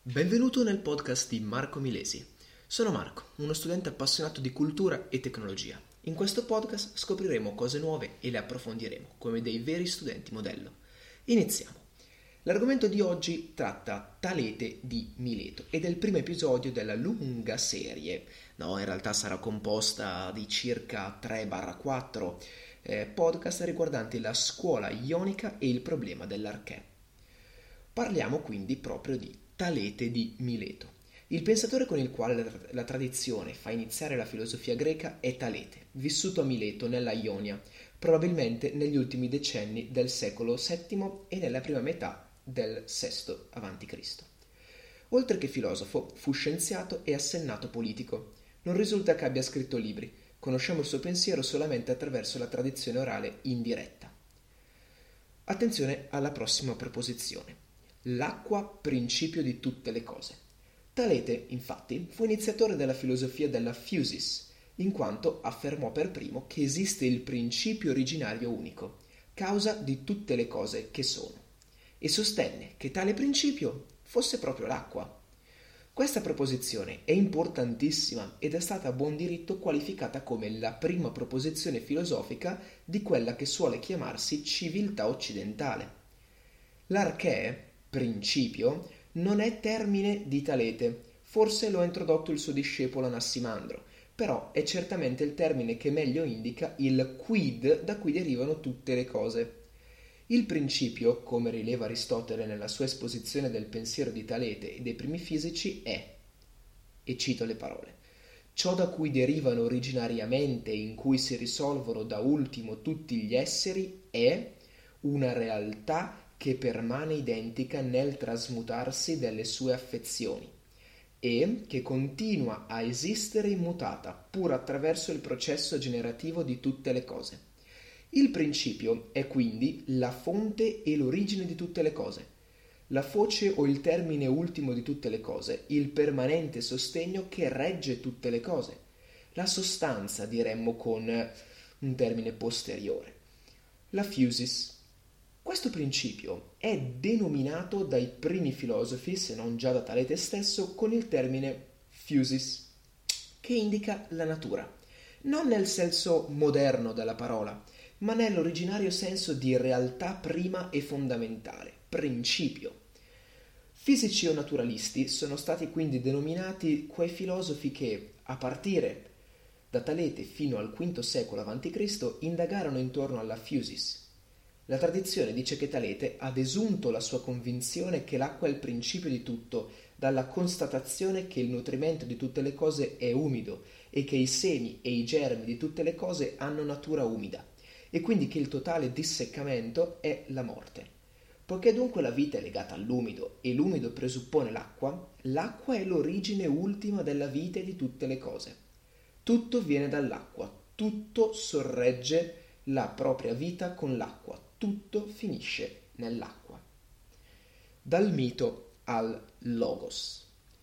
Benvenuto nel podcast di Marco Milesi. Sono Marco, uno studente appassionato di cultura e tecnologia. In questo podcast scopriremo cose nuove e le approfondiremo come dei veri studenti modello. Iniziamo. L'argomento di oggi tratta Talete di Mileto ed è il primo episodio della lunga serie. In realtà sarà composta di circa 3-4 podcast riguardanti la scuola ionica e il problema dell'archè. Parliamo quindi proprio di Talete di Mileto. Il pensatore con il quale la tradizione fa iniziare la filosofia greca è Talete, vissuto a Mileto nella Ionia, probabilmente negli ultimi decenni del secolo VII e nella prima metà del VI a.C. Oltre che filosofo, fu scienziato e assennato politico. Non risulta che abbia scritto libri, conosciamo il suo pensiero solamente attraverso la tradizione orale indiretta. Attenzione alla prossima proposizione. L'acqua principio di tutte le cose. Talete, infatti, fu iniziatore della filosofia della physis, in quanto affermò per primo che esiste il principio originario unico, causa di tutte le cose che sono, e sostenne che tale principio fosse proprio l'acqua. Questa proposizione è importantissima ed è stata a buon diritto qualificata come la prima proposizione filosofica di quella che suole chiamarsi civiltà occidentale. L'archè, principio, non è termine di Talete, forse lo ha introdotto il suo discepolo Anassimandro, però è certamente il termine che meglio indica il quid da cui derivano tutte le cose. Il principio, come rileva Aristotele nella sua esposizione del pensiero di Talete e dei primi fisici, è, e cito le parole, ciò da cui derivano originariamente e in cui si risolvono da ultimo tutti gli esseri è una realtà che permane identica nel trasmutarsi delle sue affezioni e che continua a esistere immutata pur attraverso il processo generativo di tutte le cose. Il principio è quindi la fonte e l'origine di tutte le cose, la foce o il termine ultimo di tutte le cose, il permanente sostegno che regge tutte le cose, la sostanza, diremmo con un termine posteriore, la physis. Questo principio è denominato dai primi filosofi, se non già da Talete stesso, con il termine physis, che indica la natura, non nel senso moderno della parola, ma nell'originario senso di realtà prima e fondamentale, principio. Fisici o naturalisti sono stati quindi denominati quei filosofi che, a partire da Talete fino al V secolo a.C., indagarono intorno alla physis. La tradizione dice che Talete ha desunto la sua convinzione che l'acqua è il principio di tutto dalla constatazione che il nutrimento di tutte le cose è umido e che i semi e i germi di tutte le cose hanno natura umida e quindi che il totale disseccamento è la morte. Poiché dunque la vita è legata all'umido e l'umido presuppone l'acqua, l'acqua è l'origine ultima della vita e di tutte le cose. Tutto viene dall'acqua, tutto sorregge la propria vita con l'acqua. Tutto finisce nell'acqua. Dal mito al logos.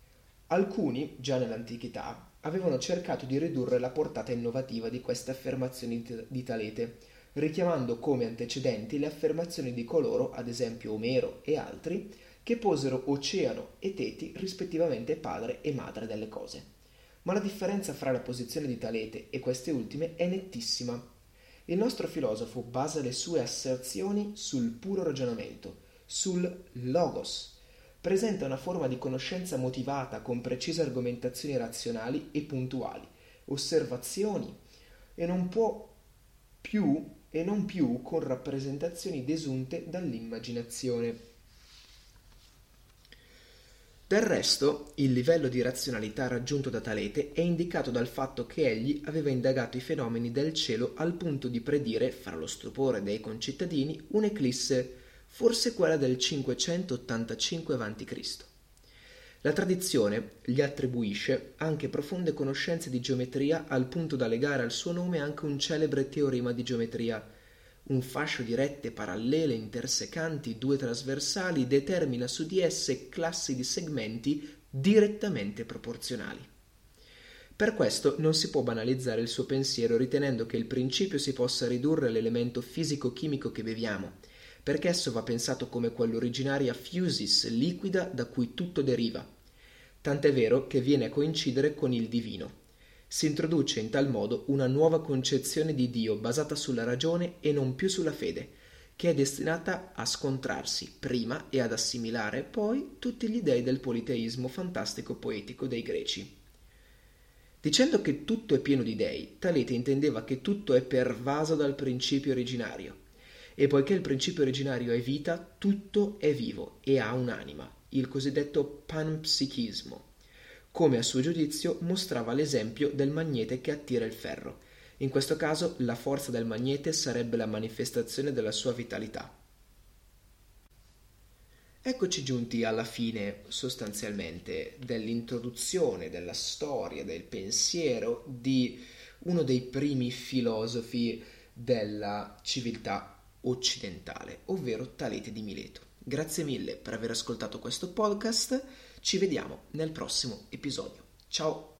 Alcuni, già nell'antichità, avevano cercato di ridurre la portata innovativa di queste affermazioni di Talete, richiamando come antecedenti le affermazioni di coloro, ad esempio Omero e altri, che posero Oceano e Teti rispettivamente padre e madre delle cose. Ma la differenza fra la posizione di Talete e queste ultime è nettissima. Il nostro filosofo basa le sue asserzioni sul puro ragionamento, sul logos. Presenta una forma di conoscenza motivata con precise argomentazioni razionali e puntuali, osservazioni, e non più con rappresentazioni desunte dall'immaginazione. Del resto, il livello di razionalità raggiunto da Talete è indicato dal fatto che egli aveva indagato i fenomeni del cielo al punto di predire, fra lo stupore dei concittadini, un'eclisse, forse quella del 585 a.C. La tradizione gli attribuisce anche profonde conoscenze di geometria al punto da legare al suo nome anche un celebre teorema di geometria. Un fascio di rette parallele intersecanti due trasversali determina su di esse classi di segmenti direttamente proporzionali. Per questo non si può banalizzare il suo pensiero ritenendo che il principio si possa ridurre all'elemento fisico-chimico che beviamo, perché esso va pensato come quell'originaria physis liquida da cui tutto deriva, tant'è vero che viene a coincidere con il divino. Si introduce in tal modo una nuova concezione di Dio basata sulla ragione e non più sulla fede, che è destinata a scontrarsi prima e ad assimilare poi tutti gli dei del politeismo fantastico poetico dei greci. Dicendo che tutto è pieno di dei, Talete intendeva che tutto è pervaso dal principio originario, e poiché il principio originario è vita, tutto è vivo e ha un'anima, il cosiddetto panpsichismo, come a suo giudizio mostrava l'esempio del magnete che attira il ferro. In questo caso la forza del magnete sarebbe la manifestazione della sua vitalità. Eccoci giunti alla fine sostanzialmente dell'introduzione, della storia, del pensiero di uno dei primi filosofi della civiltà occidentale, ovvero Talete di Mileto. Grazie mille per aver ascoltato questo podcast, ci vediamo nel prossimo episodio. Ciao!